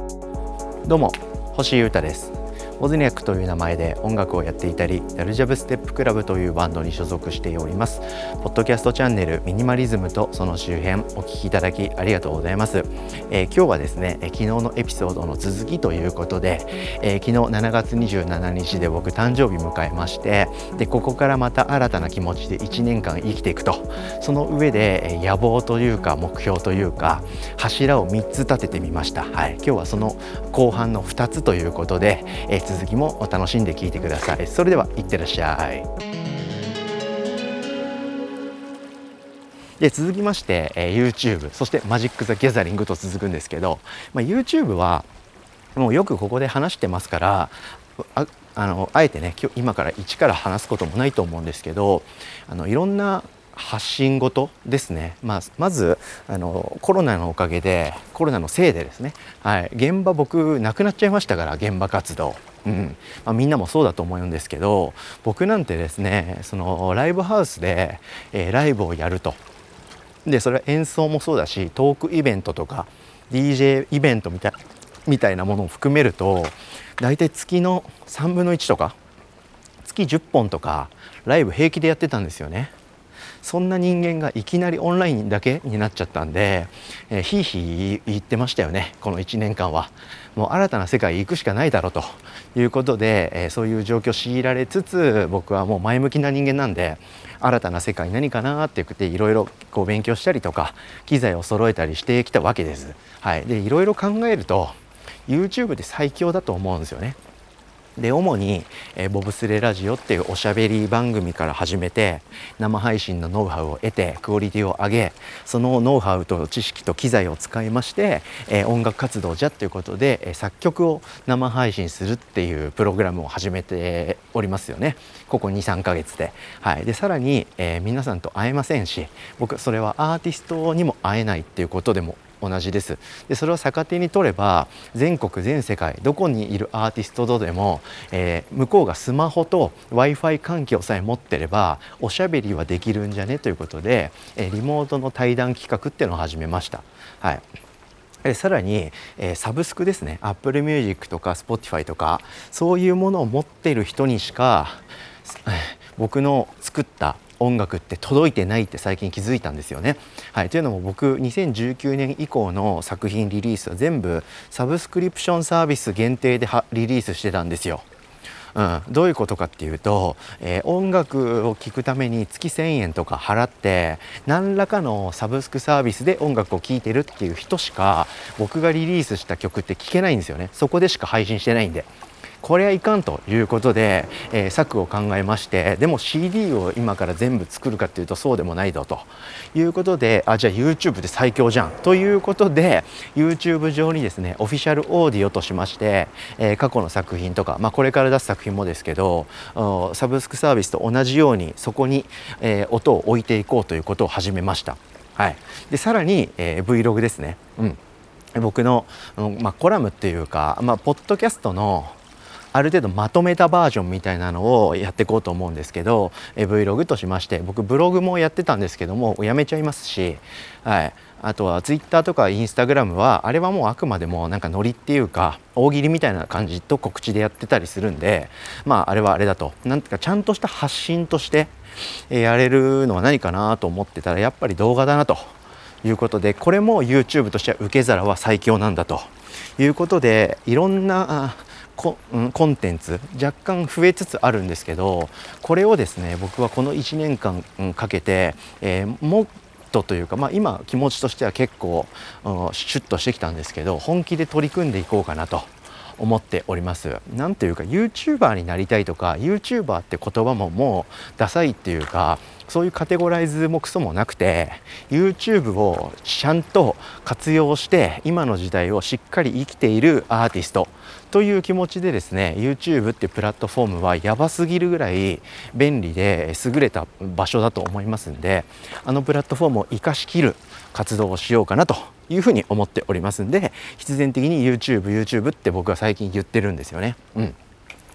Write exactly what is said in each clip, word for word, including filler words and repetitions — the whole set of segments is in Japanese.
どうも、星優太です。オズニャックという名前で音楽をやっていたり、ダルジャブステップクラブというバンドに所属しております。ポッドキャストチャンネルミニマリズムとその周辺お聞きいただきありがとうございます。えー、今日はですね、えー、昨日のエピソードの続きということで、えー、昨日しちがつにじゅうしちにちで僕誕生日迎えまして、でここからまた新たな気持ちでいちねんかん生きていくと、その上で、えー、野望というか目標というか柱をみっつ立ててみました。はい、今日はその後半のふたつということで、えー続きもお楽しんで聞いてください。それではいってらっしゃい。で続きまして、えー、YouTube そしてマジック・ザ・ギャザリングと続くんですけど、まあ、YouTube はもうよくここで話してますから、ああのあえてね今日今から一から話すこともないと思うんですけど、あのいろんな発信事ですね、まあ、まずあのコロナのおかげでコロナのせいでですね、はい、現場僕なくなっちゃいましたから、現場活動、うんまあ、みんなもそうだと思うんですけど、僕なんてですねそのライブハウスで、えー、ライブをやると。でそれは演奏もそうだし、トークイベントとか ディージェー イベントみたいみたいなものを含めると、だいたい月のさんぶんのいちとか月じゅっぽんとかライブ平気でやってたんですよね。そんな人間がいきなりオンラインだけになっちゃったんで、えー、ひいひい言ってましたよね。このいちねんかんはもう新たな世界へ行くしかないだろうということで、えー、そういう状況を強いられつつ、僕はもう前向きな人間なんで、新たな世界何かなって言っていろいろこう勉強したりとか機材を揃えたりしてきたわけです。はい、でいろいろ考えると YouTube で最強だと思うんですよね。で主に、えー、ボブスレラジオっていうおしゃべり番組から始めて、生配信のノウハウを得てクオリティを上げ、そのノウハウと知識と機材を使いまして、えー、音楽活動じゃということで、えー、作曲を生配信するっていうプログラムを始めておりますよね、ここ にさんかげつで。はい、でさらに、えー、皆さんと会えませんし、僕それはアーティストにも会えないっていうことでも同じです。でそれを逆手に取れば、全国全世界どこにいるアーティストとでも、えー、向こうがスマホと Wi-Fi 環境さえ持ってればおしゃべりはできるんじゃねということで、えー、リモートの対談企画っていうのを始めました。はい、えさらに、えー、サブスクですね、 Apple Music とか Spotify とかそういうものを持っている人にしか僕の作った音楽って届いてないって最近気づいたんですよね。はい、というのも僕にせんじゅうきゅうねん以降の作品リリースは全部サブスクリプションサービス限定でリリースしてたんですよ。うん、どういうことかっていうと、えー、音楽を聴くために月せんえんとか払って何らかのサブスクサービスで音楽を聴いてるっていう人しか僕がリリースした曲って聴けないんですよね。そこでしか配信してないんで、これはいかんということで、えー、策を考えまして、でも シーディー を今から全部作るかっていうとそうでもないぞということで、あじゃあ YouTube で最強じゃんということで YouTube 上にですねオフィシャルオーディオとしまして、えー、過去の作品とか、まあ、これから出す作品もですけどサブスクサービスと同じようにそこに、えー、音を置いていこうということを始めました。はい、でさらに、えー、Vlog ですね、うん、僕の、まあ、コラムっていうか、まあ、ポッドキャストのある程度まとめたバージョンみたいなのをやっていこうと思うんですけど、え Vlog としまして、僕ブログもやってたんですけどもやめちゃいますし、はい、あとは Twitter とか Instagram はあれはもうあくまでもなんかノリっていうか大喜利みたいな感じと告知でやってたりするんで、まああれはあれだと、なんていうかちゃんとした発信としてやれるのは何かなと思ってたら、やっぱり動画だなということで、これも YouTube としては受け皿は最強なんだということで、いろんなコ, コンテンツ若干増えつつあるんですけど、これをですね僕はこのいちねんかんかけて、えー、もっとというか、まあ、今気持ちとしては結構シュッとしてきたんですけど、本気で取り組んでいこうかなと思っております。なんというか YouTuber になりたいとか YouTuber って言葉ももうダサいっていうか、そういうカテゴライズもクソもなくて、 YouTube をちゃんと活用して今の時代をしっかり生きているアーティストという気持ちでですね、 YouTube っていうプラットフォームはやばすぎるぐらい便利で優れた場所だと思いますんで、あのプラットフォームを生かしきる活動をしようかなというふうに思っておりますんで、必然的に YouTube、YouTube って僕は最近言ってるんですよね。うん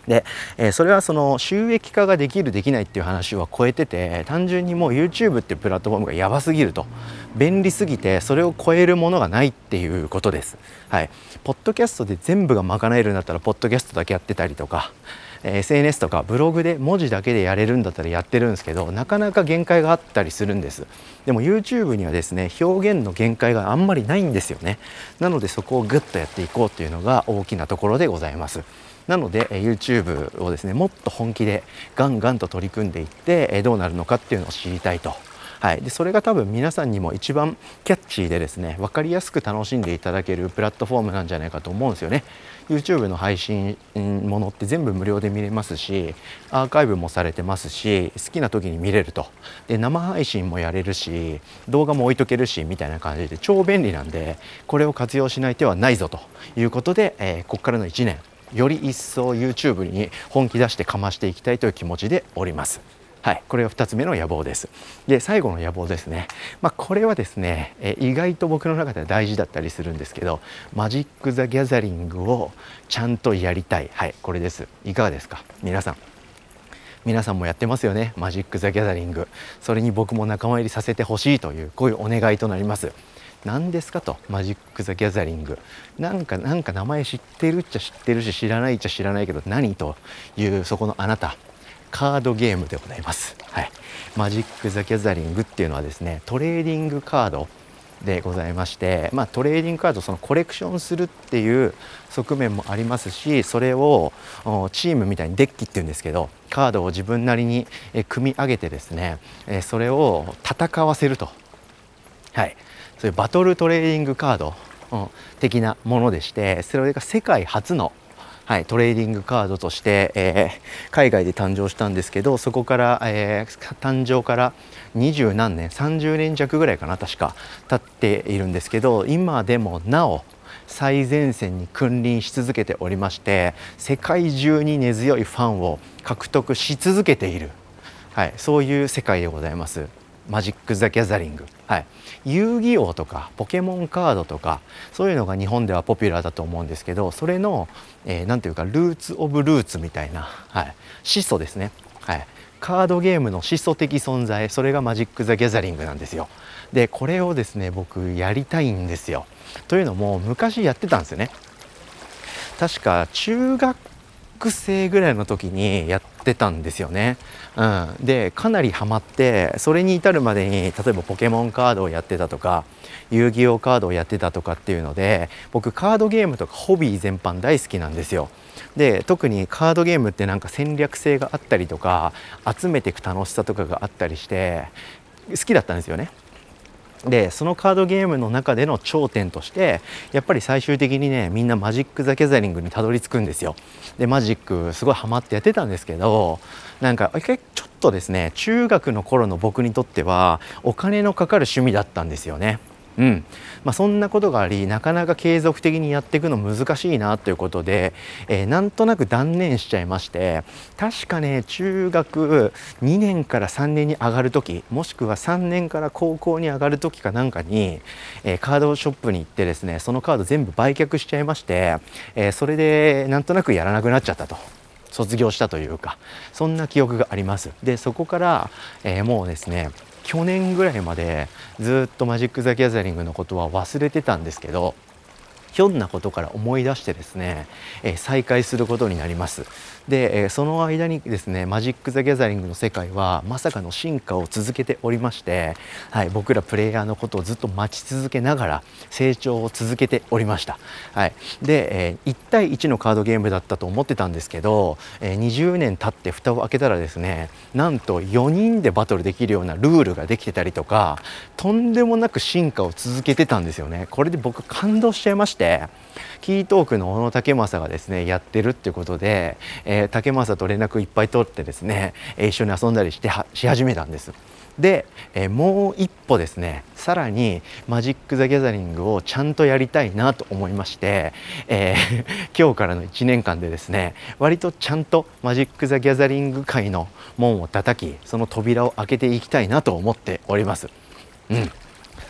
で、えー、それはその収益化ができるできないっていう話は超えてて、単純にもう YouTube っていうプラットフォームがやばすぎると、便利すぎてそれを超えるものがないっていうことです。はい、ポッドキャストで全部が賄えるんだったらポッドキャストだけやってたりとか、エスエヌエス とかブログで文字だけでやれるんだったらやってるんですけど、なかなか限界があったりするんです。でも YouTube にはですね、表現の限界があんまりないんですよね。なのでそこをグッとやっていこうっていうのが大きなところでございます。なので YouTube をですね、もっと本気でガンガンと取り組んでいってどうなるのかっていうのを知りたいと。はい、でそれが多分皆さんにも一番キャッチーでですね、分かりやすく楽しんでいただけるプラットフォームなんじゃないかと思うんですよね。 YouTube の配信ものって全部無料で見れますし、アーカイブもされてますし、好きな時に見れると。で生配信もやれるし、動画も置いとけるしみたいな感じで超便利なんで、これを活用しない手はないぞということで、えー、ここからのいちねんより一層 YouTube に本気出してかましていきたいという気持ちでおります。はい、これがふたつめの野望です。で最後の野望ですね、まあ、これはですね、え意外と僕の中では大事だったりするんですけど、マジック・ザ・ギャザリングをちゃんとやりたい。はい、これです。いかがですか皆さん。皆さんもやってますよね、マジック・ザ・ギャザリング。それに僕も仲間入りさせてほしいという、こういうお願いとなります。何ですかと、マジック・ザ・ギャザリング、なんかなんか名前知ってるっちゃ知ってるし、知らないっちゃ知らないけど何という、そこのあなた、カードゲームでございます。はい、マジック・ザ・ギャザリングっていうのはですね、トレーディングカードでございまして、まあ、トレーディングカード、そのコレクションするっていう側面もありますし、それをチームみたいにデッキっていうんですけど、カードを自分なりに組み上げてですね、それを戦わせると、はい、そういうバトルトレーディングカード的なものでして、それが世界初のはい、トレーディングカードとして、えー、海外で誕生したんですけど、そこから、えー、誕生から二十何年、さんじゅうねん弱ぐらいかな、確か経っているんですけど、今でもなお最前線に君臨し続けておりまして、世界中に根強いファンを獲得し続けている、はい、そういう世界でございます。マジック・ザ・ギャザリング、はい、遊戯王とかポケモンカードとかそういうのが日本ではポピュラーだと思うんですけど、それの、えー、なんていうかルーツ・オブ・ルーツみたいな、はい、始祖ですね、はい、カードゲームの始祖的存在、それがマジック・ザ・ギャザリングなんですよ。でこれをですね、僕やりたいんですよ。というのも昔やってたんですよね。確か中学生ぐらいの時にやってたんですよね。うん、でかなりハマって、それに至るまでに例えばポケモンカードをやってたとか、遊戯王カードをやってたとかっていうので、僕カードゲームとかホビー全般大好きなんですよ。で特にカードゲームってなんか戦略性があったりとか、集めていく楽しさとかがあったりして好きだったんですよね。でそのカードゲームの中での頂点として、やっぱり最終的にね、みんなマジック・ザ・ギャザリングにたどり着くんですよ。でマジックすごいハマってやってたんですけど、なんかちょっとですね、中学の頃の僕にとってはお金のかかる趣味だったんですよね。うんまあ、そんなことがあり、なかなか継続的にやっていくの難しいなということで、えー、なんとなく断念しちゃいまして、確かね中学にねんからさんねんに上がる時、もしくはさんねんから高校に上がる時かなんかに、えー、カードショップに行ってですね、そのカード全部売却しちゃいまして、えー、それでなんとなくやらなくなっちゃったと。卒業したというか、そんな記憶があります。でそこから、えー、もうですね去年ぐらいまでずっとマジック・ザ・ギャザリングのことは忘れてたんですけど、ひょんなことから思い出してですね、えー、再開することになります。で、えー、その間にですね、マジック・ザ・ギャザリングの世界はまさかの進化を続けておりまして、はい、僕らプレイヤーのことをずっと待ち続けながら成長を続けておりました。はい、で、えー、いち対いちのカードゲームだったと思ってたんですけど、えー、にじゅうねん経って蓋を開けたらですね、なんとよにんでバトルできるようなルールができてたりとか、とんでもなく進化を続けてたんですよね。これで僕感動しちゃいまして、キートークの小野武正がですねやってるっていうことで、えー、武正と連絡いっぱい取ってですね、えー、一緒に遊んだりしてはし始めたんです。で、えー、もう一歩ですね、さらにマジック・ザ・ギャザリングをちゃんとやりたいなと思いまして、えー、今日からのいちねんかんでですね、割とちゃんとマジック・ザ・ギャザリング界の門を叩き、その扉を開けていきたいなと思っております。うん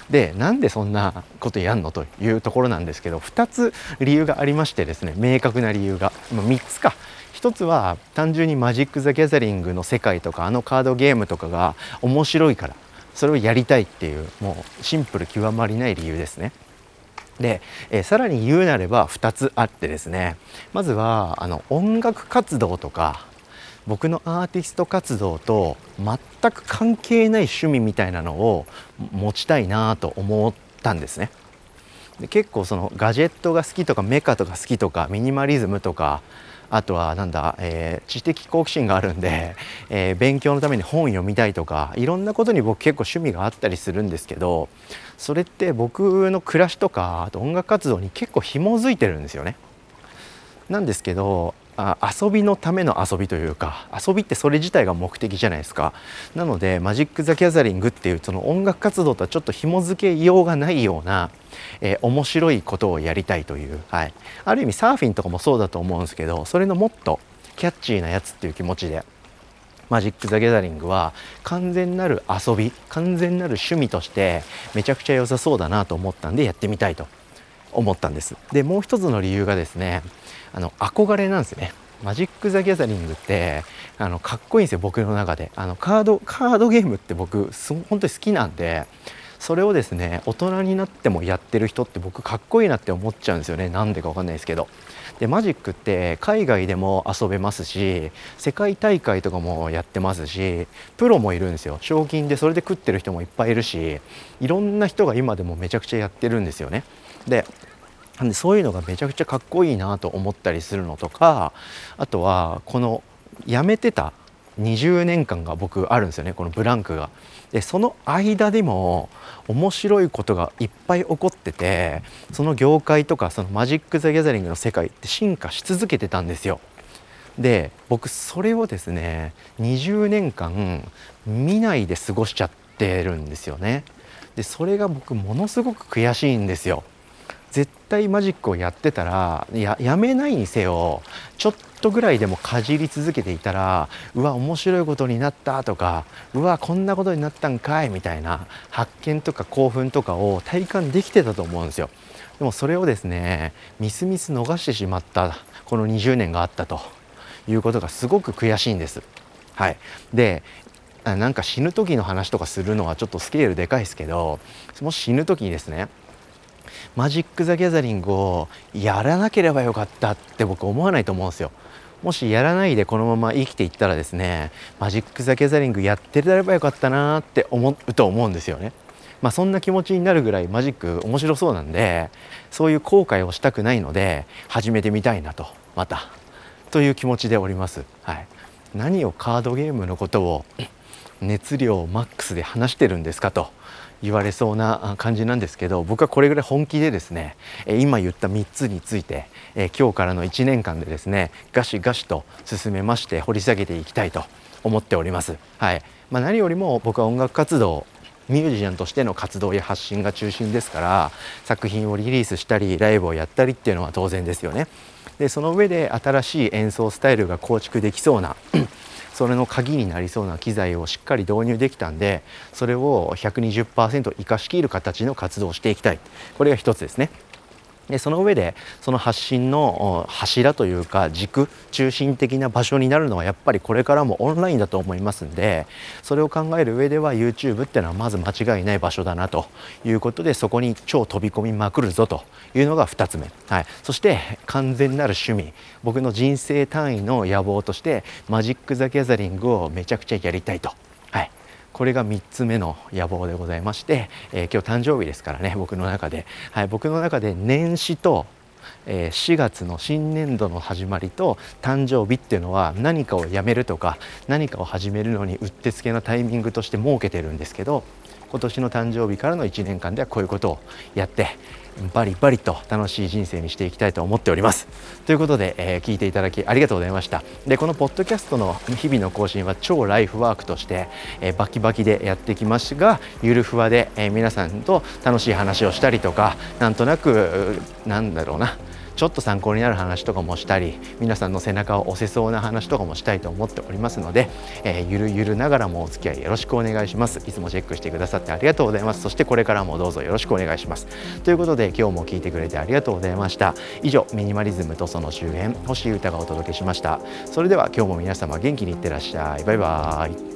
でなんでそんなことやんのというところなんですけど、ふたつ理由がありましてですね、明確な理由がみっつか。ひとつは単純にマジック・ザ・ギャザリングの世界とかあのカードゲームとかが面白いから、それをやりたいっていう、もうシンプル極まりない理由ですね。で、えー、さらに言うなればふたつあってですね、まずはあの音楽活動とか僕のアーティスト活動と全く関係ない趣味みたいなのを持ちたいなと思ったんですね。で結構そのガジェットが好きとかメカとか好きとかミニマリズムとか、あとはなんだ、えー、知的好奇心があるんで、えー、勉強のために本読みたいとか、いろんなことに僕結構趣味があったりするんですけど、それって僕の暮らしとかあと音楽活動に結構紐づいてるんですよね。なんですけど、あ遊びのための遊びというか、遊びってそれ自体が目的じゃないですか。なのでマジック・ザ・ギャザリングっていうその音楽活動とはちょっと紐付けようがないような、えー、面白いことをやりたいという、はい、ある意味サーフィンとかもそうだと思うんですけど、それのもっとキャッチーなやつっていう気持ちでマジック・ザ・ギャザリングは完全なる遊び、完全なる趣味としてめちゃくちゃ良さそうだなと思ったんでやってみたいと思ったんです。でもう一つの理由がですね、あの憧れなんですね。マジック・ザ・ギャザリングってあのかっこいいんですよ、僕の中で。あのカードカードゲームって僕す本当に好きなんで、それをですね大人になってもやってる人って僕かっこいいなって思っちゃうんですよね。なんでかわかんないですけど。でマジックって海外でも遊べますし、世界大会とかもやってますし、プロもいるんですよ。賞金でそれで食ってる人もいっぱいいるし、いろんな人が今でもめちゃくちゃやってるんですよね。でなんでそういうのがめちゃくちゃかっこいいなと思ったりするのとか、あとはこの辞めてたにじゅうねんかんが僕あるんですよね、このブランクが。でその間でも面白いことがいっぱい起こってて、その業界とかそのマジック・ザ・ギャザリングの世界って進化し続けてたんですよ。で僕それをですねにじゅうねんかん見ないで過ごしちゃってるんですよね。でそれが僕ものすごく悔しいんですよ。絶対マジックをやってたら、ややめないにせよちょっとぐらいでもかじり続けていたら、うわ面白いことになったとか、うわこんなことになったんかいみたいな発見とか興奮とかを体感できてたと思うんですよ。でもそれをですねみすみす逃してしまったこのにじゅうねんがあったということがすごく悔しいんです。はい、でなんか死ぬ時の話とかするのはちょっとスケールでかいですけど、もし死ぬ時にですねマジック・ザ・ギャザリングをやらなければよかったって僕思わないと思うんですよ。もしやらないでこのまま生きていったらですね、マジック・ザ・ギャザリングやってればよかったなって思うと思うんですよね。まあそんな気持ちになるぐらいマジック面白そうなんで、そういう後悔をしたくないので始めてみたいなと、またという気持ちでおります。はい、何をカードゲームのことを熱量マックスで話してるんですかと言われそうな感じなんですけど、僕はこれぐらい本気でですね今言ったみっつについて今日からのいちねんかんでですねガシガシと進めまして掘り下げていきたいと思っております。はい、まあ、何よりも僕は音楽活動ミュージシャンとしての活動や発信が中心ですから、作品をリリースしたりライブをやったりっていうのは当然ですよね。でその上で新しい演奏スタイルが構築できそうなそれの鍵になりそうな機材をしっかり導入できたんで、それを ひゃくにじゅっパーセント 生かしきる形の活動をしていきたい。これが一つですね。でその上でその発信の柱というか軸中心的な場所になるのはやっぱりこれからもオンラインだと思いますんで、それを考える上では YouTube っていうのはまず間違いない場所だなということで、そこに超飛び込みまくるぞというのがふたつめ、はい、そして完全なる趣味、僕の人生単位の野望としてマジック・ザ・ギャザリングをめちゃくちゃやりたいと、はい、これがみっつめの野望でございまして、えー、今日誕生日ですからね、僕の中で、はい、僕の中で年始と、えー、しがつの新年度の始まりと誕生日っていうのは何かをやめるとか何かを始めるのにうってつけなタイミングとして設けてるんですけど、今年の誕生日からのいちねんかんではこういうことをやってバリバリと楽しい人生にしていきたいと思っております。ということで、えー、聞いていただきありがとうございました。でこのポッドキャストの日々の更新は超ライフワークとして、えー、バキバキでやってきますが、ゆるふわで、えー、皆さんと楽しい話をしたりとか、なんとなくなんだろうなちょっと参考になる話とかもしたり、皆さんの背中を押せそうな話とかもしたいと思っておりますので、えー、ゆるゆるながらもお付き合いよろしくお願いします。いつもチェックしてくださってありがとうございます。そしてこれからもどうぞよろしくお願いします。ということで今日も聞いてくれてありがとうございました。以上、ミニマリズムとその周辺、星優太がお届けしました。それでは今日も皆様元気にいってらっしゃい。バイバーイ。